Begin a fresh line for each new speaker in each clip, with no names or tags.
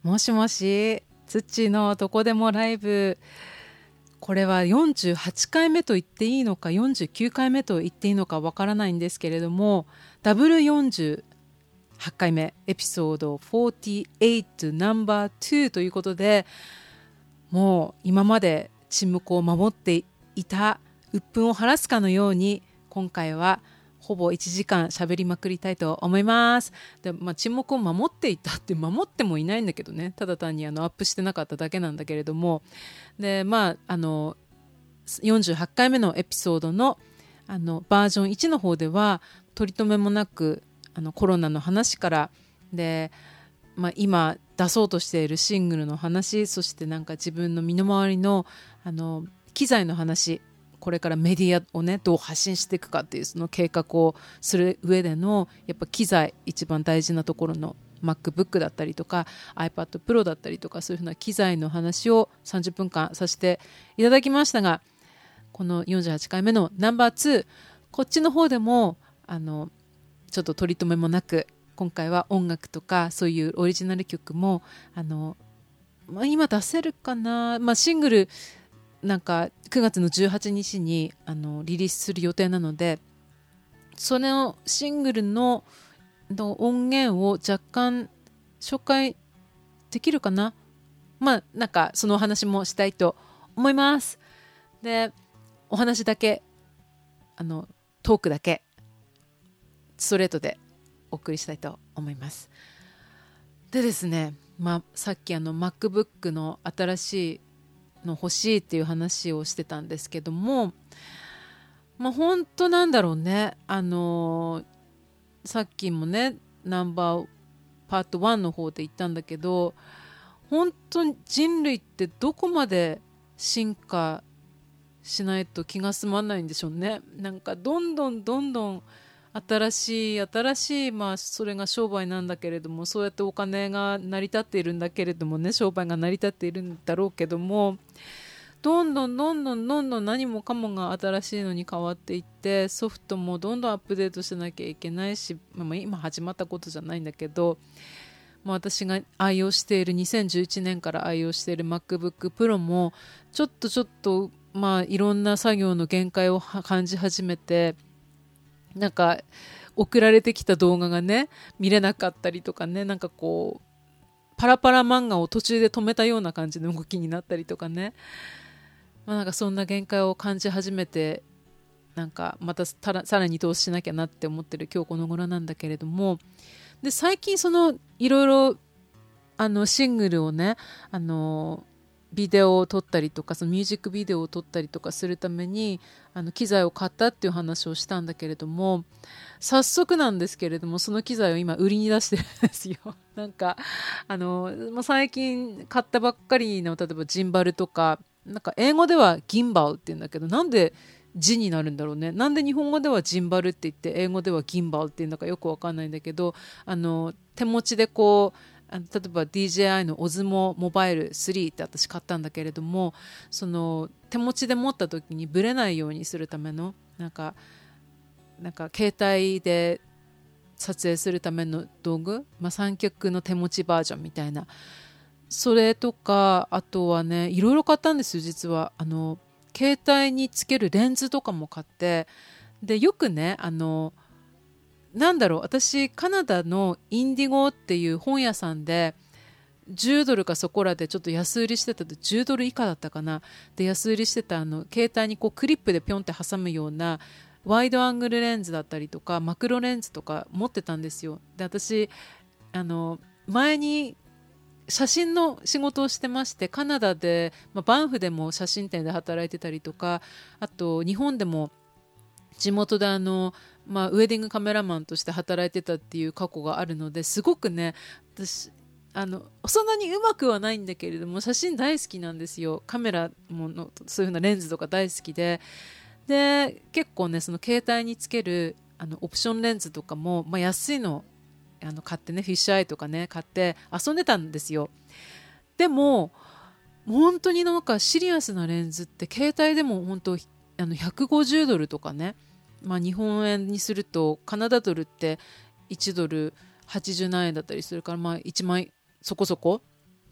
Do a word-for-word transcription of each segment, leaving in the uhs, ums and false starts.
もしもし、つっちーのどこでもライブ。これはよんじゅうはちかいめと言っていいのかよんじゅうきゅうかいめと言っていいのかわからないんですけれども、ダブルよんじゅうはちかいめエピソードよんじゅうはちナンバーにということで、もう今まで沈黙を守っていた鬱憤を晴らすかのように、今回はほぼいちじかん喋りまくりたいと思います。で、まあ、沈黙を守っていたって守ってもいないんだけどね、ただ単にあのアップしてなかっただけなんだけれども、で、まあ、あのよんじゅうはちかいめのエピソードの、あのバージョンいちの方では取り留めもなくあのコロナの話からで、まあ、今出そうとしているシングルの話、そしてなんか自分の身の回りの、あの機材の話、これからメディアをねどう発信していくかっていうその計画をする上でのやっぱ機材、一番大事なところの MacBook だったりとか iPad Pro だったりとか、そういうふうな機材の話をさんじゅっぷんかんさせていただきましたが、このよんじゅうはちかいめのナンバーに、こっちの方でもあのちょっと取り留めもなく、今回は音楽とかそういうオリジナル曲もあの、まあ、今出せるかな、まあ、シングルなんかくがつのじゅうはちにちにあのリリースする予定なので、そのシングルのの音源を若干紹介できるかな。まあなんかそのお話もしたいと思います。で、お話だけ、あのトークだけストレートでお送りしたいと思います。でですね、まあ、さっきあの MacBook の新しいの欲しいっていう話をしてたんですけども、まあ本当なんだろうね、あのー、さっきもねナンバーパートいちの方で言ったんだけど、本当に人類ってどこまで進化しないと気が済まないんでしょうね。なんかどんどんどんどん新しい新しい、まあそれが商売なんだけれども、そうやってお金が成り立っているんだけれどもね、商売が成り立っているんだろうけども、どんどんどんどんどんどん何もかもが新しいのに変わっていって、ソフトもどんどんアップデートしなきゃいけないし、まあ、今始まったことじゃないんだけど、まあ、私が愛用しているにせんじゅういちねんから愛用している MacBook Pro もちょっとちょっとまあいろんな作業の限界を感じ始めて、なんか送られてきた動画がね見れなかったりとかね、なんかこうパラパラ漫画を途中で止めたような感じの動きになったりとかね、まあ、なんかそんな限界を感じ始めて、なんかまたさらに投資しなきゃなって思ってる今日この頃なんだけれども、で最近そのいろいろあのシングルをね、あのビデオを撮ったりとか、そのミュージックビデオを撮ったりとかするためにあの機材を買ったっていう話をしたんだけれども、早速なんですけれどもその機材を今売りに出してるんですよ。なんかあの、まあ、最近買ったばっかりの例えばジンバルとか、なんか英語ではギンバルって言うんだけど、なんで字になるんだろうね。なんで日本語ではジンバルって言って英語ではギンバルって言うんだかよくわかんないんだけど、あの手持ちでこうあの例えば ディージェーアイ のオズモモバイルスリーって私買ったんだけれども、その手持ちで持った時にブレないようにするためのなんかなんか携帯で撮影するための道具、まあ、三脚の手持ちバージョンみたいな、それとかあとはねいろいろ買ったんですよ。実はあの携帯につけるレンズとかも買って、でよくねあのなんだろう、私カナダのインディゴっていう本屋さんでじゅうドルかそこらでちょっと安売りしてた、じゅうドル以下だったかな、で安売りしてたあの携帯にこうクリップでピョンって挟むようなワイドアングルレンズだったりとかマクロレンズとか持ってたんですよ。で私あの前に写真の仕事をしてまして、カナダで、まあ、バンフでも写真展で働いてたりとか、あと日本でも地元であの、まあ、ウェディングカメラマンとして働いてたっていう過去があるので、すごくね私あのそんなにうまくはないんだけれども写真大好きなんですよ。カメラものそういう風なレンズとか大好きで、で結構ねその携帯につけるあのオプションレンズとかも、まあ、安いのあの買ってね、フィッシュアイとかね買って遊んでたんですよ。でも本当になんかシリアスなレンズって携帯でも本当あのひゃくごじゅうドルとかね、まあ、日本円にするとカナダドルっていちドルはちじゅうなんえんだったりするから、まあいちまんそこそこ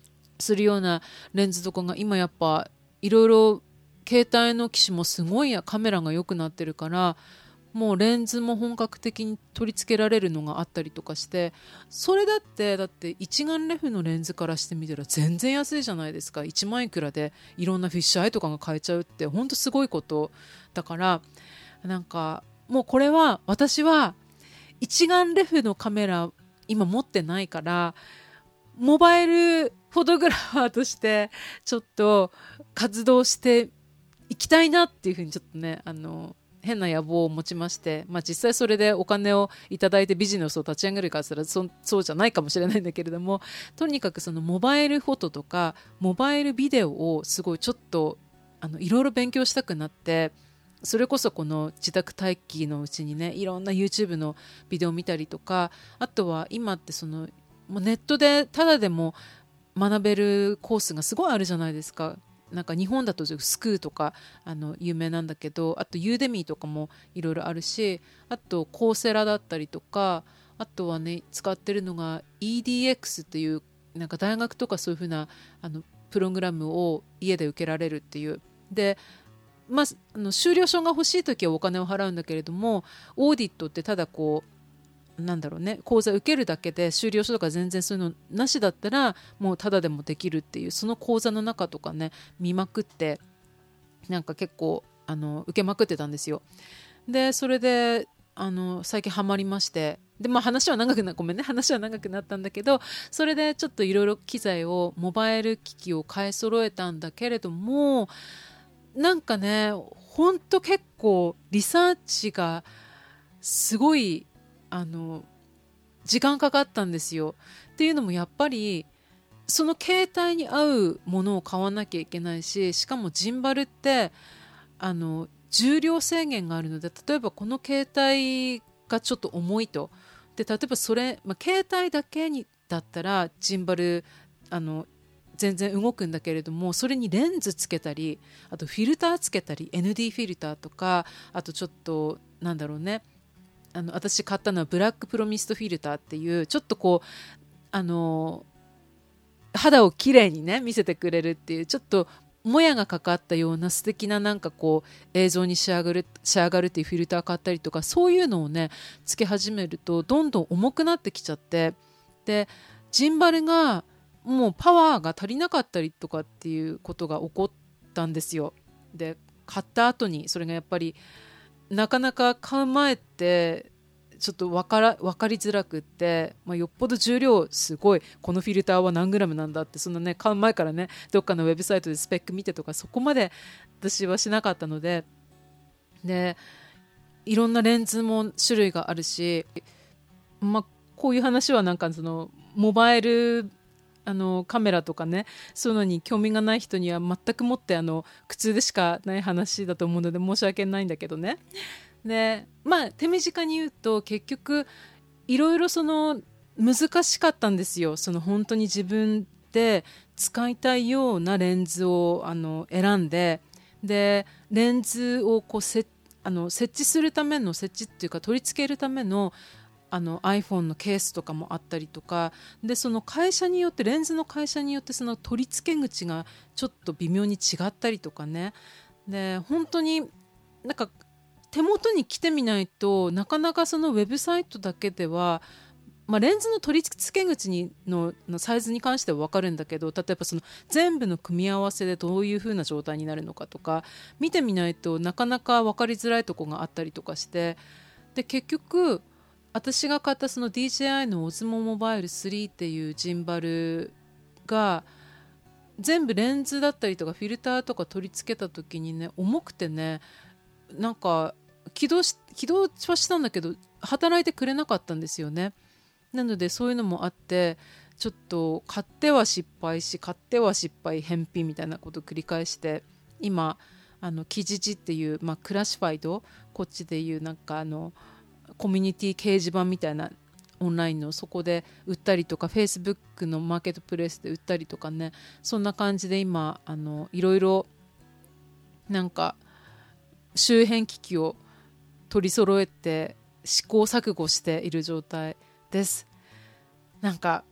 するようなレンズとかが今やっぱいろいろ携帯の機種もすごいカメラが良くなってるから、もうレンズも本格的に取り付けられるのがあったりとかして、それだってだって一眼レフのレンズからしてみたら全然安いじゃないですか。いちまんいくらでいろんなフィッシュアイとかが買えちゃうって本当すごいことだから、なんかもうこれは私は一眼レフのカメラ今持ってないから、モバイルフォトグラファーとしてちょっと活動していきたいなっていうふうにちょっとね、あの変な野望を持ちまして、まあ、実際それでお金をいただいてビジネスを立ち上げるかすら そ, そうじゃないかもしれないんだけれども、とにかくそのモバイルフォトとかモバイルビデオをすごいちょっとあのいろいろ勉強したくなって、それこそこの自宅待機のうちにね、いろんな YouTube のビデオを見たりとか、あとは今ってそのもうネットでただでも学べるコースがすごいあるじゃないですか。なんか日本だとスクーとかあの有名なんだけど、あとユーデミーとかもいろいろあるし、あとコーセラだったりとか、あとはね使ってるのが イーディーエックス っていうなんか大学とかそういう風なあのプログラムを家で受けられるっていう。でまあ、あの修了証が欲しいときはお金を払うんだけれども、オーディットってただこうなんだろうね、講座受けるだけで修了証とか全然そういうのなしだったらもうただでもできるっていう、その講座の中とかね見まくって、なんか結構あの受けまくってたんですよ。でそれであの最近ハマりまして、で、まあ、話は長くなごめんね話は長くなったんだけど、それでちょっといろいろ機材をモバイル機器を買い揃えたんだけれども、なんかねほんと結構リサーチがすごいあの時間かかったんですよ。っていうのもやっぱりその携帯に合うものを買わなきゃいけないし、しかもジンバルってあの重量制限があるので、例えばこの携帯がちょっと重いと、で例えばそれ、まあ、携帯だけにだったらジンバルあの全然動くんだけれども、それにレンズつけたり、あとフィルターつけたり エヌディー フィルターとか、あとちょっとなんだろうね、あの私買ったのはブラックプロミストフィルターっていうちょっとこうあの肌をきれいにね見せてくれるっていう、ちょっともやがかかったような素敵ななんかこう映像に仕上がる仕上がるっていうフィルター買ったりとか、そういうのをねつけ始めるとどんどん重くなってきちゃって、でジンバルがもうパワーが足りなかったりとかっていうことが起こったんですよ。で買った後にそれがやっぱりなかなか買う前ってちょっと分から分かりづらくって、まあ、よっぽど重量すごいこのフィルターは何グラムなんだって、そんなね買う前からねどっかのウェブサイトでスペック見てとかそこまで私はしなかったので、でいろんなレンズも種類があるし、まあ、こういう話はなんかそのモバイルあのカメラとかねそういうのに興味がない人には全くもってあの苦痛でしかない話だと思うので申し訳ないんだけどね。でまあ手短に言うと結局いろいろその難しかったんですよ。その本当に自分で使いたいようなレンズをあの選んで、でレンズをこうせあの設置するための設置っていうか取り付けるためのあの iPhone のケースとかもあったりとかで、その会社によってレンズの会社によってその取り付け口がちょっと微妙に違ったりとかね、で本当になんか手元に来てみないとなかなかそのウェブサイトだけでは、まあ、レンズの取り付け口に の, のサイズに関しては分かるんだけど、例えばその全部の組み合わせでどういう風な状態になるのかとか見てみないとなかなか分かりづらいところがあったりとかして、で結局私が買ったその ディージェーアイ の オズモ モバイルスリーっていうジンバルが全部レンズだったりとかフィルターとか取り付けた時にね重くてね、なんか起動し起動はしたんだけど働いてくれなかったんですよね。なのでそういうのもあってちょっと買っては失敗し買っては失敗返品みたいなことを繰り返して、今あのキジジっていう、まあ、クラシファイドこっちでいうなんかあのコミュニティ掲示板みたいなオンラインのそこで売ったりとか Facebook のマーケットプレイスで売ったりとかね、そんな感じで今あのいろいろなんか周辺機器を取り揃えて試行錯誤している状態です。なんか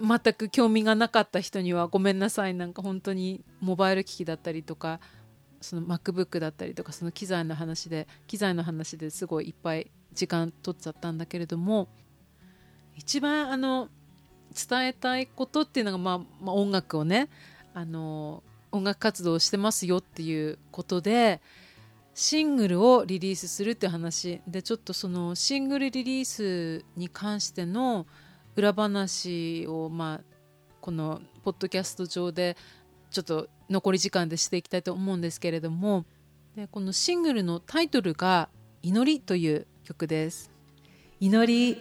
全く興味がなかった人にはごめんなさい。なんか本当にモバイル機器だったりとか、その MacBook だったりとか、その機材の話で機材の話ですごいいっぱい時間取っちゃったんだけれども、一番あの伝えたいことっていうのが、まあまあ、音楽をね、あの音楽活動をしてますよっていうことで、シングルをリリースするって話で、ちょっとそのシングルリリースに関しての裏話を、まあこのポッドキャスト上でちょっと残り時間でしていきたいと思うんですけれども、でこのシングルのタイトルが祈りという曲です。祈り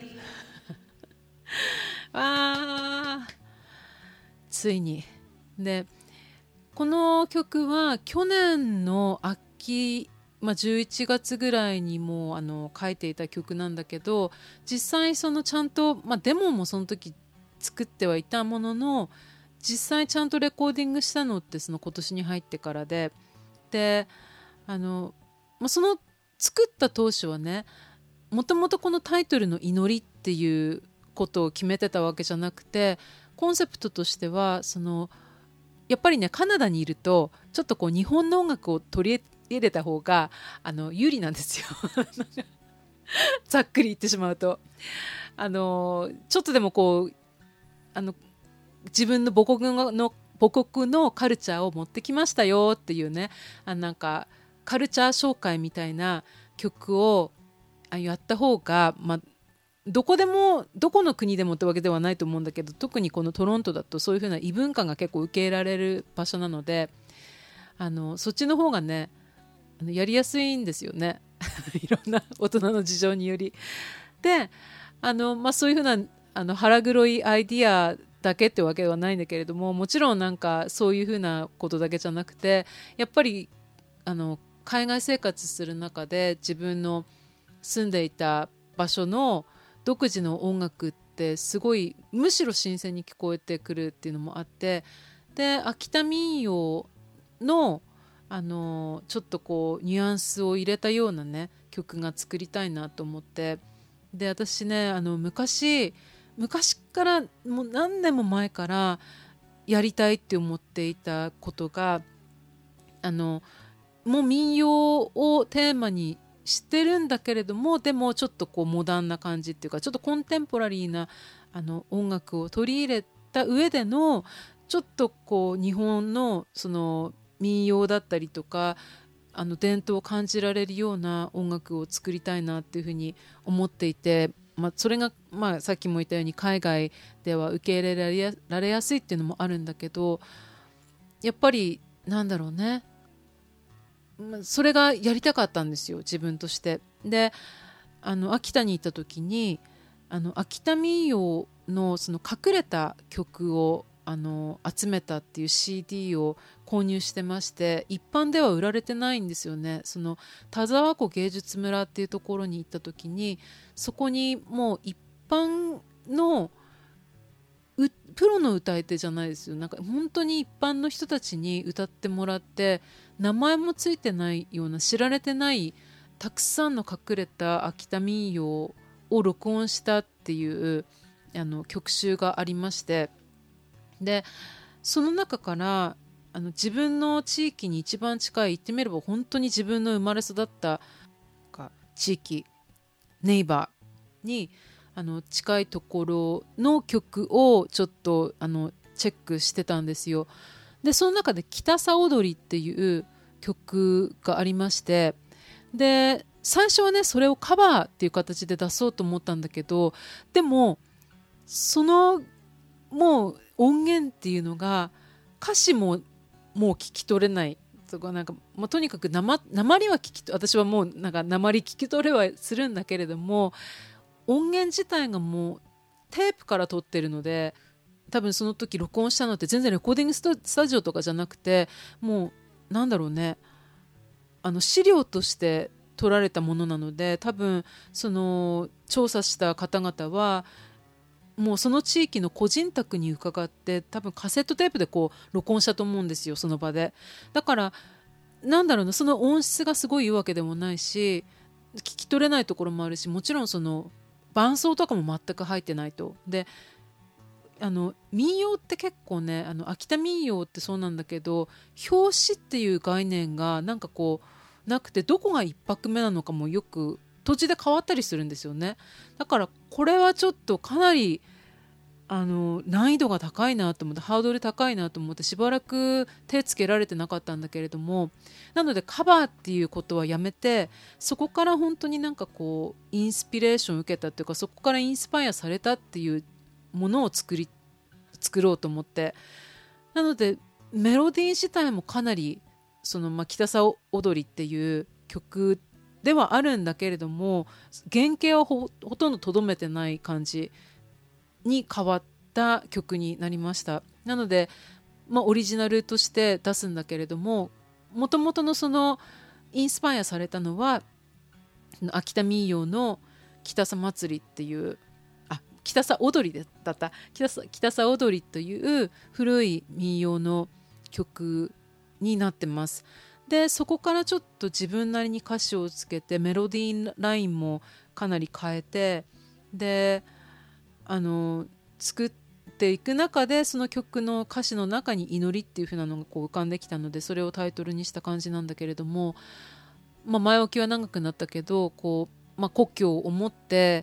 わー、ついに。でこの曲は去年の秋、まあ、じゅういちがつぐらいにもうあの書いていた曲なんだけど、実際そのちゃんと、まあ、デモもその時作ってはいたものの、実際ちゃんとレコーディングしたのってその今年に入ってからで、であの、まあ、その作った当初はね、もともとこのタイトルの祈りっていうことを決めてたわけじゃなくて、コンセプトとしてはそのやっぱりね、カナダにいるとちょっとこう日本の音楽を取り入れた方があの有利なんですよざっくり言ってしまうと、あのちょっとでもこうあの自分の母国の母国のカルチャーを持ってきましたよっていうね、あなんかカルチャー紹介みたいな曲をやった方が、まあどこでもどこの国でもってわけではないと思うんだけど、特にこのトロントだとそういう風な異文化が結構受け入れられる場所なので、あのそっちの方がね、あのやりやすいんですよねいろんな大人の事情により。であの、まあ、そういう風なあの腹黒いアイディアだけってわけではないんだけれども、もちろんなんかそういう風なことだけじゃなくて、やっぱりあの海外生活する中で自分の住んでいた場所の独自の音楽ってすごいむしろ新鮮に聞こえてくるっていうのもあって、で秋田民謡の、あのちょっとこうニュアンスを入れたようなね曲が作りたいなと思って、で私ね、あの昔昔からもう何年も前からやりたいって思っていたことが、あのもう民謡をテーマにしてるんだけれども、でもちょっとこうモダンな感じっていうか、ちょっとコンテンポラリーなあの音楽を取り入れた上でのちょっとこう日本のその民謡だったりとか、あの伝統を感じられるような音楽を作りたいなっていうふうに思っていて、まあ、それが、まあ、さっきも言ったように海外では受け入れられや、られやすいっていうのもあるんだけど、やっぱりなんだろうね、それがやりたかったんですよ、自分として。であの秋田に行った時に、あの秋田民謡のその隠れた曲をあの集めたっていう シーディー を購入してまして、一般では売られてないんですよね。その田沢湖芸術村っていうところに行った時に、そこにもう一般のプロの歌い手じゃないですよ、なんか本当に一般の人たちに歌ってもらって、名前もついてないような知られてないたくさんの隠れた秋田民謡を録音したっていうあの曲集がありまして、でその中からあの自分の地域に一番近い、言ってみれば本当に自分の生まれ育った地域、ネイバーにあの近いところの曲をちょっとあのチェックしてたんですよ。でその中で北さ踊りっていう曲がありまして、で最初はねそれをカバーっていう形で出そうと思ったんだけど、でもそのもう音源っていうのが歌詞ももう聞き取れない、そこなんかもうとにかくなまりは聞き私はもうなんか訛り聞き取れはするんだけれども、音源自体がもうテープから撮ってるので、多分その時録音したのって全然レコーディングスタジオとかじゃなくて、もうなんだろうね、あの資料として撮られたものなので、多分その調査した方々はもうその地域の個人宅に伺って、多分カセットテープでこう録音したと思うんですよ、その場で。だからなんだろうな、その音質がすごいいいわけでもないし、聞き取れないところもあるし、もちろんその伴奏とかも全く入ってないと。であの民謡って結構ね、あの秋田民謡ってそうなんだけど、表紙っていう概念がなんかこうなくて、どこが一拍目なのかもよく途中で変わったりするんですよね。だからこれはちょっとかなりあの難易度が高いなと思って、ハードル高いなと思って、しばらく手つけられてなかったんだけれども、なのでカバーっていうことはやめて、そこから本当になんかこうインスピレーションを受けたっていうか、そこからインスパイアされたっていうものを作り作ろうと思って、なのでメロディー自体もかなりその、まあ、北沢踊りっていう曲ではあるんだけれども、原型は ほ, ほとんどとどめてない感じに変わった曲になりました。なので、まあ、オリジナルとして出すんだけれども、もともとのそのインスパイアされたのは秋田民謡の北佐祭りっていうあ北佐踊りだった北佐、北佐踊りという古い民謡の曲になってます。でそこからちょっと自分なりに歌詞をつけて、メロディーラインもかなり変えて、であの作っていく中で、その曲の歌詞の中に祈りっていう風なのがこう浮かんできたので、それをタイトルにした感じなんだけれども、まあ、前置きは長くなったけど、こう、まあ、故郷を思って、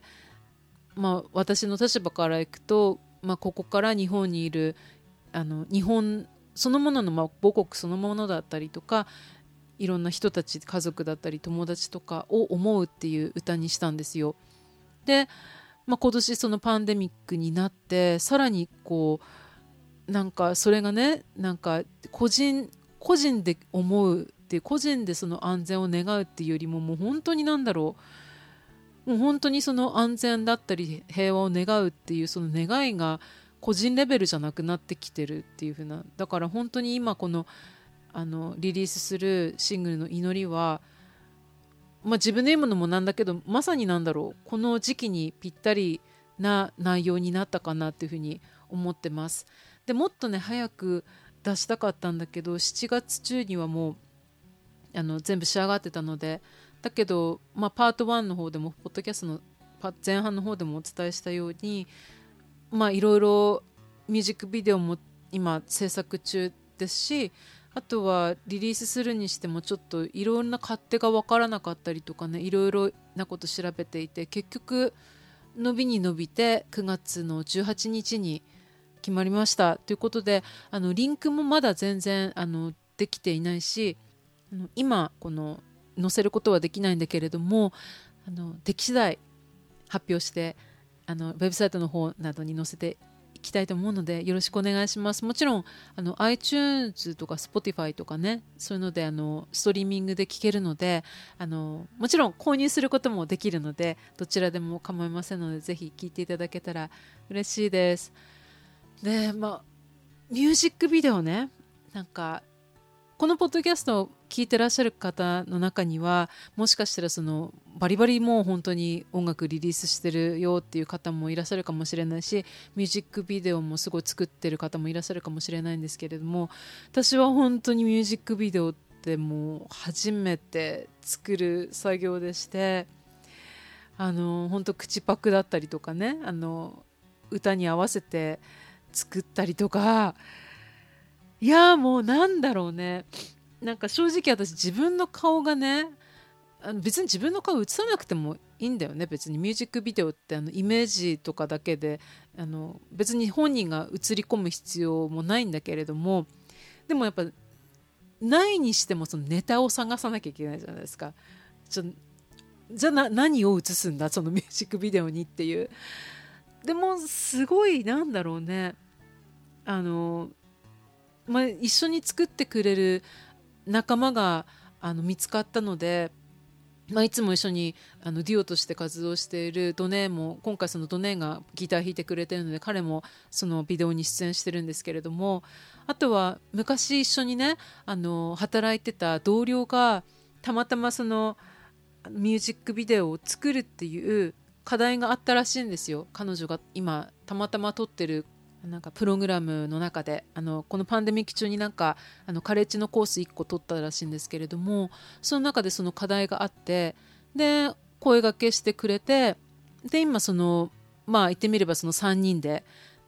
まあ、私の立場からいくと、まあ、ここから日本にいるあの日本そのものの、まあ、母国そのものだったりとか、いろんな人たち、家族だったり友達とかを思うっていう歌にしたんですよ。でまあ、今年そのパンデミックになって、さらにこうなんかそれがね、なんか個人個人で思うっていう、個人でその安全を願うっていうよりも、もう本当になんだろう、もう本当にその安全だったり平和を願うっていう、その願いが個人レベルじゃなくなってきてるっていう風な。だから本当に今このあのリリースするシングルの祈りは、まあ、自分で言うのもなんだけど、まさになんだろう、この時期にぴったりな内容になったかなっていうふうに思ってます。でもっとね早く出したかったんだけど、しちがつ中にはもうあの全部仕上がってたので、だけど、まあ、パートワンの方でもポッドキャストの前半の方でもお伝えしたように、まあいろいろミュージックビデオも今制作中ですし、あとはリリースするにしてもちょっといろんな勝手が分からなかったりとかね、いろいろなこと調べていて、結局伸びに伸びてくがつのじゅうはちにちに決まりましたということで、あのリンクもまだ全然あのできていないし、あの今この載せることはできないんだけれども、あのでき次第発表して、あのウェブサイトの方などに載せていきたいと思うので、よろしくお願いします。もちろんあの iTunes とか Spotify とかね、そういうのであのストリーミングで聴けるので、あのもちろん購入することもできるので、どちらでも構いませんので、ぜひ聴いていただけたら嬉しいです。で、まあミュージックビデオね、なんかこのポッドキャストを聞いてらっしゃる方の中には、もしかしたらそのバリバリもう本当に音楽リリースしてるよっていう方もいらっしゃるかもしれないし、ミュージックビデオもすごい作ってる方もいらっしゃるかもしれないんですけれども、私は本当にミュージックビデオってもう初めて作る作業でして、あの本当口パクだったりとかね、あの歌に合わせて作ったりとか、いやもうなんだろうね、なんか正直私自分の顔がね、あの別に自分の顔映さなくてもいいんだよね。別にミュージックビデオってあのイメージとかだけで、あの別に本人が映り込む必要もないんだけれども、でもやっぱないにしてもそのネタを探さなきゃいけないじゃないですか。ちょじゃあな何を映すんだそのミュージックビデオにっていう。でもすごいなんだろうね、あのまあ、一緒に作ってくれる仲間があの見つかったので、まあ、いつも一緒にあのデュオとして活動しているドネーも、今回そのドネーがギター弾いてくれているので、彼もそのビデオに出演してるんですけれども、あとは昔一緒にねあの働いてた同僚がたまたまそのミュージックビデオを作るっていう課題があったらしいんですよ。彼女が今たまたま撮ってるなんかプログラムの中で、あのこのパンデミック中になんかあのカレッジのコースいっこ取ったらしいんですけれども、その中でその課題があって、で声掛けしてくれて、で今そのまあ言ってみればそのさんにんで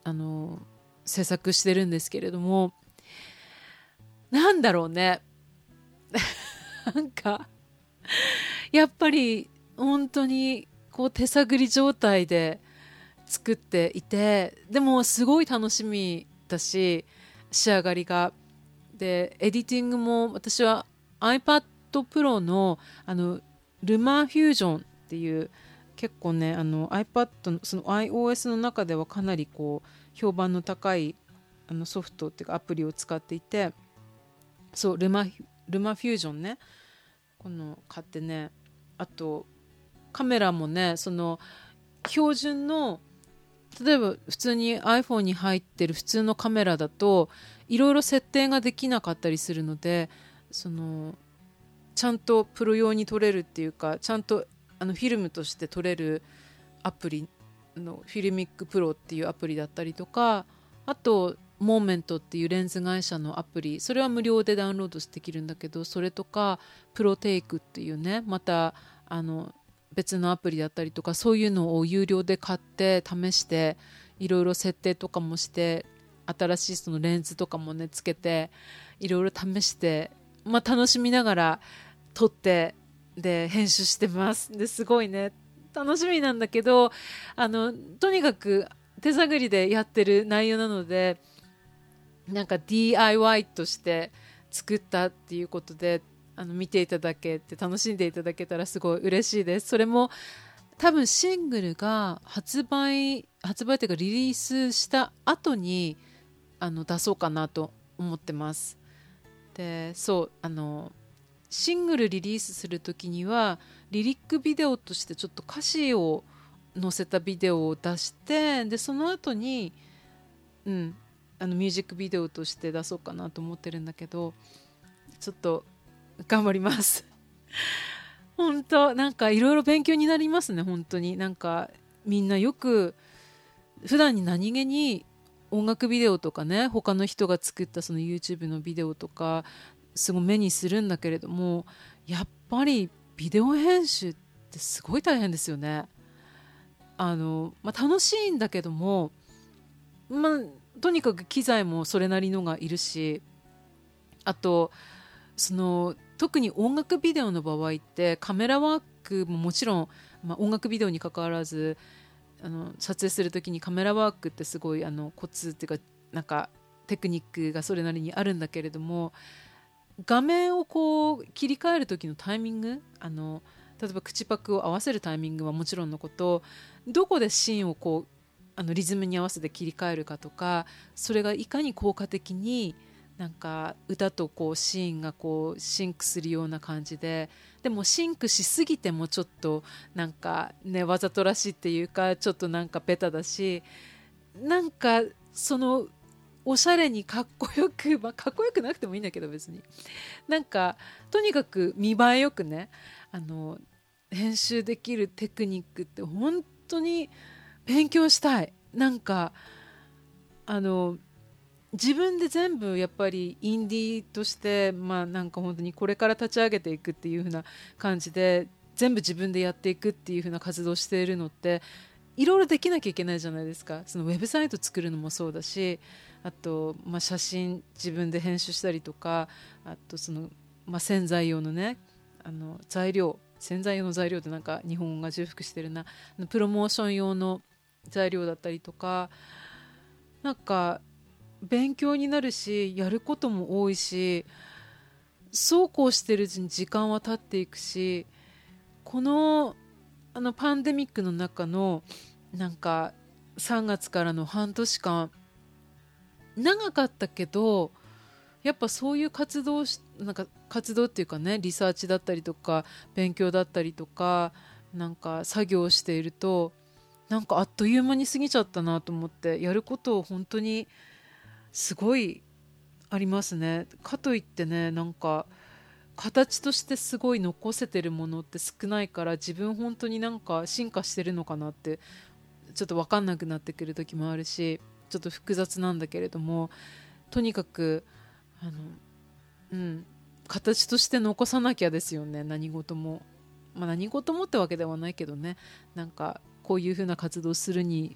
あの制作してるんですけれども、なんだろうねなんかやっぱり本当にこう手探り状態で作っていて、でもすごい楽しみだし、仕上がりがでエディティングも私は iPad Pro の, あのルマフュージョンっていう結構ね、あの iPad のその iOS の中ではかなりこう評判の高いあのソフトっていうかアプリを使っていて、そうルマルマフュージョンね、この買ってね、あとカメラもね、その標準の例えば普通に iPhone に入ってる普通のカメラだといろいろ設定ができなかったりするので、そのちゃんとプロ用に撮れるっていうか、ちゃんとあのフィルムとして撮れるアプリのフィルミックプロっていうアプリだったりとか、あとモーメントっていうレンズ会社のアプリ、それは無料でダウンロードできるんだけど、それとかプロテイクっていうね、またあの別のアプリだったりとか、そういうのを有料で買って試していろいろ設定とかもして、新しいそのレンズとかもねつけていろいろ試して、まあ、楽しみながら撮ってで編集してます。ですごいね楽しみなんだけど、あのとにかく手探りでやってる内容なので、なんか ディーアイワイ として作ったっていうことであの見ていただけて楽しんでいただけたらすごい嬉しいです。それも多分シングルが発売発売というかリリースした後にあの出そうかなと思ってます。で、そうあのシングルリリースするときにはリリックビデオとしてちょっと歌詞を載せたビデオを出して、でその後に、うん、あのミュージックビデオとして出そうかなと思ってるんだけど、ちょっと頑張ります本当なんかいろいろ勉強になりますね。本当になんかみんなよく普段に何気に音楽ビデオとかね、他の人が作ったその YouTube のビデオとかすごい目にするんだけれども、やっぱりビデオ編集ってすごい大変ですよね。あの、まあ、楽しいんだけども、まあ、とにかく機材もそれなりのがいるし、あとその特に音楽ビデオの場合ってカメラワークももちろん、まあ、音楽ビデオに関わらずあの撮影するときにカメラワークってすごいあのコツっていうかなんかテクニックがそれなりにあるんだけれども、画面をこう切り替える時のタイミング、あの例えば口パクを合わせるタイミングはもちろんのこと、どこでシーンをこうあのリズムに合わせて切り替えるかとか、それがいかに効果的になんか歌とこうシーンがこうシンクするような感じで、でもシンクしすぎてもちょっとなんかねわざとらしいっていうか、ちょっとなんかベタだし、なんかそのおしゃれにかっこよく、まあ、かっこよくなくてもいいんだけど別になんかとにかく見栄えよくね、あの編集できるテクニックって本当に勉強したい。なんかあの自分で全部やっぱりインディーとして、まあなんか本当にこれから立ち上げていくっていう風な感じで全部自分でやっていくっていう風な活動をしているのっていろいろできなきゃいけないじゃないですか。そのウェブサイト作るのもそうだし、あと、まあ、写真自分で編集したりとか、あとその、まあ、洗剤用のねあの材料、洗剤用の材料ってなんか日本語が重複してるな、プロモーション用の材料だったりとか、なんか勉強になるしやることも多いし、そうこうしてるうちに時間は経っていくし、このあのパンデミックの中のなんかさんがつからの半年間長かったけど、やっぱそういう活動しなんか活動っていうかね、リサーチだったりとか勉強だったりとかなんか作業をしているとなんかあっという間に過ぎちゃったなと思って、やることを本当にすごいありますね。かといってね、なんか形としてすごい残せてるものって少ないから、自分本当になんか進化してるのかなってちょっと分かんなくなってくる時もあるし、ちょっと複雑なんだけれども、とにかくあの、うん、形として残さなきゃですよね。何事も、まあ、何事もってわけではないけどね、なんかこういうふうな活動するに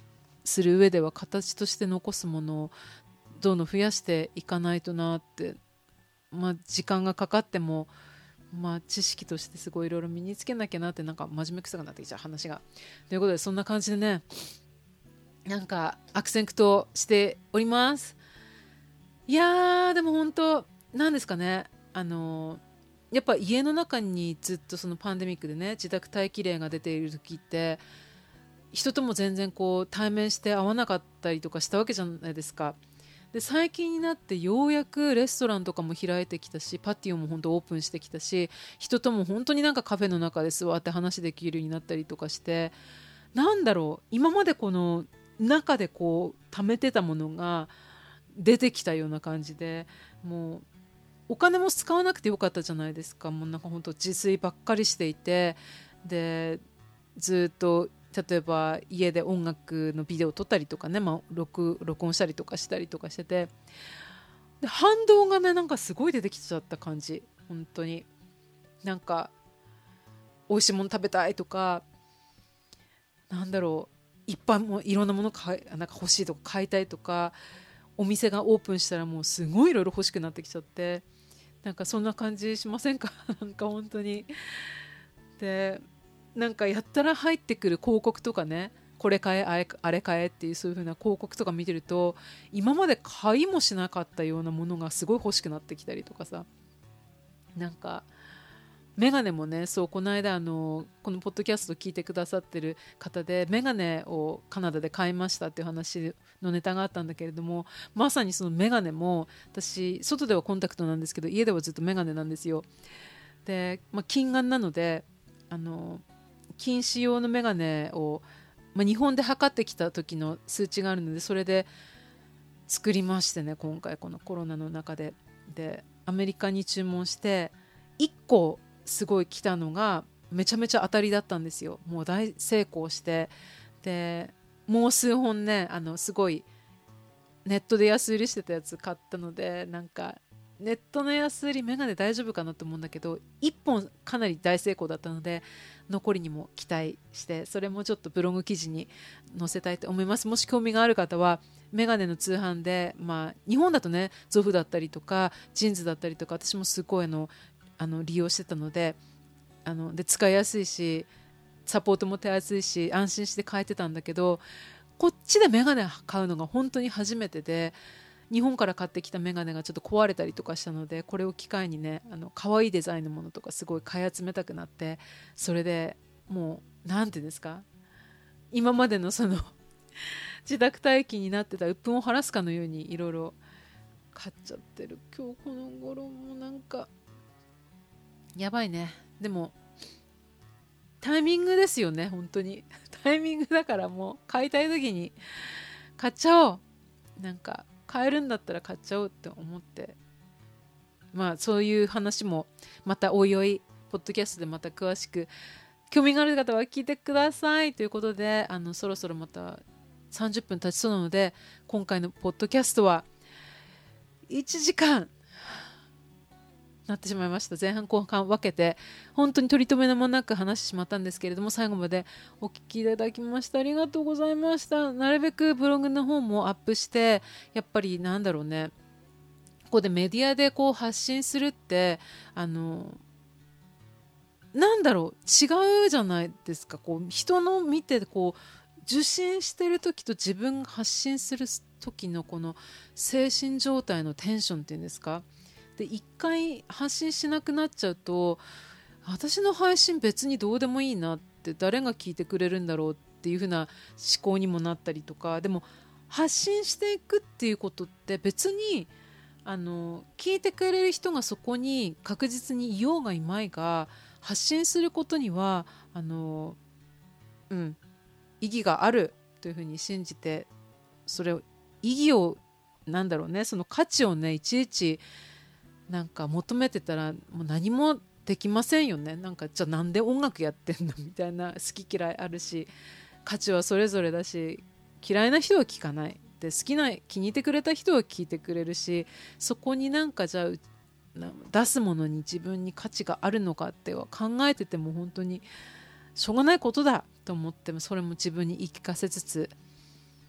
する上では形として残すものをどんどん増やしていかないとなって、まあ、時間がかかっても、まあ、知識としてすごいいろいろ身につけなきゃなって、なんか真面目くさくなってきちゃう話が。ということでそんな感じでね、なんか悪戦苦闘しております。いやーでも本当なんですかね、あのやっぱ家の中にずっとそのパンデミックでね自宅待機令が出ている時って人とも全然こう対面して会わなかったりとかしたわけじゃないですか。で最近になってようやくレストランとかも開いてきたし、パティオも本当オープンしてきたし、人とも本当になんかカフェの中で座って話できるようになったりとかして、なんだろう、今までこの中でこう溜めてたものが出てきたような感じで、もうお金も使わなくてよかったじゃないですか。もうなんか本当自炊ばっかりしていて、でずっと例えば家で音楽のビデオを撮ったりとかね、まあ、録, 録音したりとかしたりとかしてて、で反動がねなんかすごい出てきちゃった感じ。本当になんか美味しいもの食べたいとか、なんだろう、いっぱいもいろんなもの買いなんか欲しいとか買いたいとか、お店がオープンしたらもうすごいいろいろ欲しくなってきちゃって、なんかそんな感じしませんか？なんか本当に。でなんかやったら入ってくる広告とかね、これ買えあれあれ買えっていうそういう風な広告とか見てると、今まで買いもしなかったようなものがすごい欲しくなってきたりとかさ、なんかメガネもね、そうこの間あのこのポッドキャスト聞いてくださってる方でメガネをカナダで買いましたっていう話のネタがあったんだけれども、まさにそのメガネも私外ではコンタクトなんですけど家ではずっとメガネなんですよ。で、まあ、近眼なのであの近視用のメガネを、まあ、日本で測ってきた時の数値があるのでそれで作りましてね、今回このコロナの中ででアメリカに注文していっこすごい来たのがめちゃめちゃ当たりだったんですよ。もう大成功して、でもう数本ねあのすごいネットで安売りしてたやつ買ったので、なんかネットの安売りメガネ大丈夫かなと思うんだけど、いっぽんかなり大成功だったので残りにも期待して、それもちょっとブログ記事に載せたいと思います。もし興味がある方はメガネの通販で、まあ、日本だとねゾフだったりとかジーンズだったりとか私もすごいのあの利用してたので、あので使いやすいしサポートも手厚いし安心して買えてたんだけど、こっちでメガネ買うのが本当に初めてで、日本から買ってきたメガネがちょっと壊れたりとかしたので、これを機会にねあの可愛いデザインのものとかすごい買い集めたくなって、それでもうなんていうんですか、今までのその自宅待機になってた鬱憤を晴らすかのようにいろいろ買っちゃってる。今日この頃もなんかやばいね。でもタイミングですよね、本当にタイミングだから、もう買いたい時に買っちゃおう、なんか買えるんだったら買っちゃおうって思って、まあそういう話もまたおいおいポッドキャストでまた詳しく、興味がある方は聞いてくださいということで、あのそろそろまたさんじゅっぷん経ちそうなので、今回のポッドキャストはいちじかんなってしまいました。前半後半分けて本当に取り留めもなく話してしまったんですけれども、最後までお聞きいただきましてありがとうございました。なるべくブログの方もアップして、やっぱりなんだろうね、ここでメディアでこう発信するってあのなんだろう違うじゃないですか。こう人の見てこう受信してる時と自分が発信する時のこの精神状態のテンションっていうんですか。で一回発信しなくなっちゃうと、私の配信別にどうでもいいなって、誰が聞いてくれるんだろうっていう風な思考にもなったりとか。でも発信していくっていうことって別にあの聞いてくれる人がそこに確実にいようがいまいが、発信することにはあの、うん、意義があるというふうに信じて、それを意義をなんだろうね、その価値をねいちいちなんか求めてたらもう何もできませんよね。なんかじゃあなんで音楽やってんのみたいな、好き嫌いあるし価値はそれぞれだし、嫌いな人は聞かないで、好きな気に入ってくれた人は聞いてくれるし、そこになんかじゃあ出すものに自分に価値があるのかっては考えてても本当にしょうがないことだと思っても、それも自分に言い聞かせつつ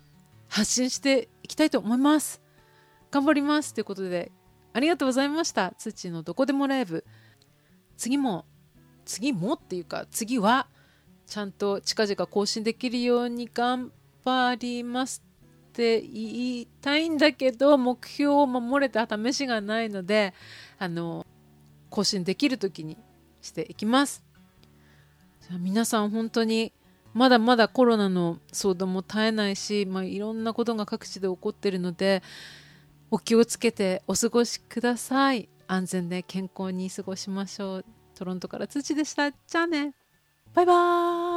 発信していきたいと思います。頑張りますということで、ありがとうございました。つっちーのどこでもライブ、次も次もっていうか次はちゃんと近々更新できるように頑張りますって言いたいんだけど、目標を守れた試しがないので、あの更新できる時にしていきます。じゃあ皆さん本当にまだまだコロナの騒動も絶えないし、まあ、いろんなことが各地で起こっているので、お気をつけてお過ごしください。安全で健康に過ごしましょう。トロントからつちでした。じゃあね。バイバーイ。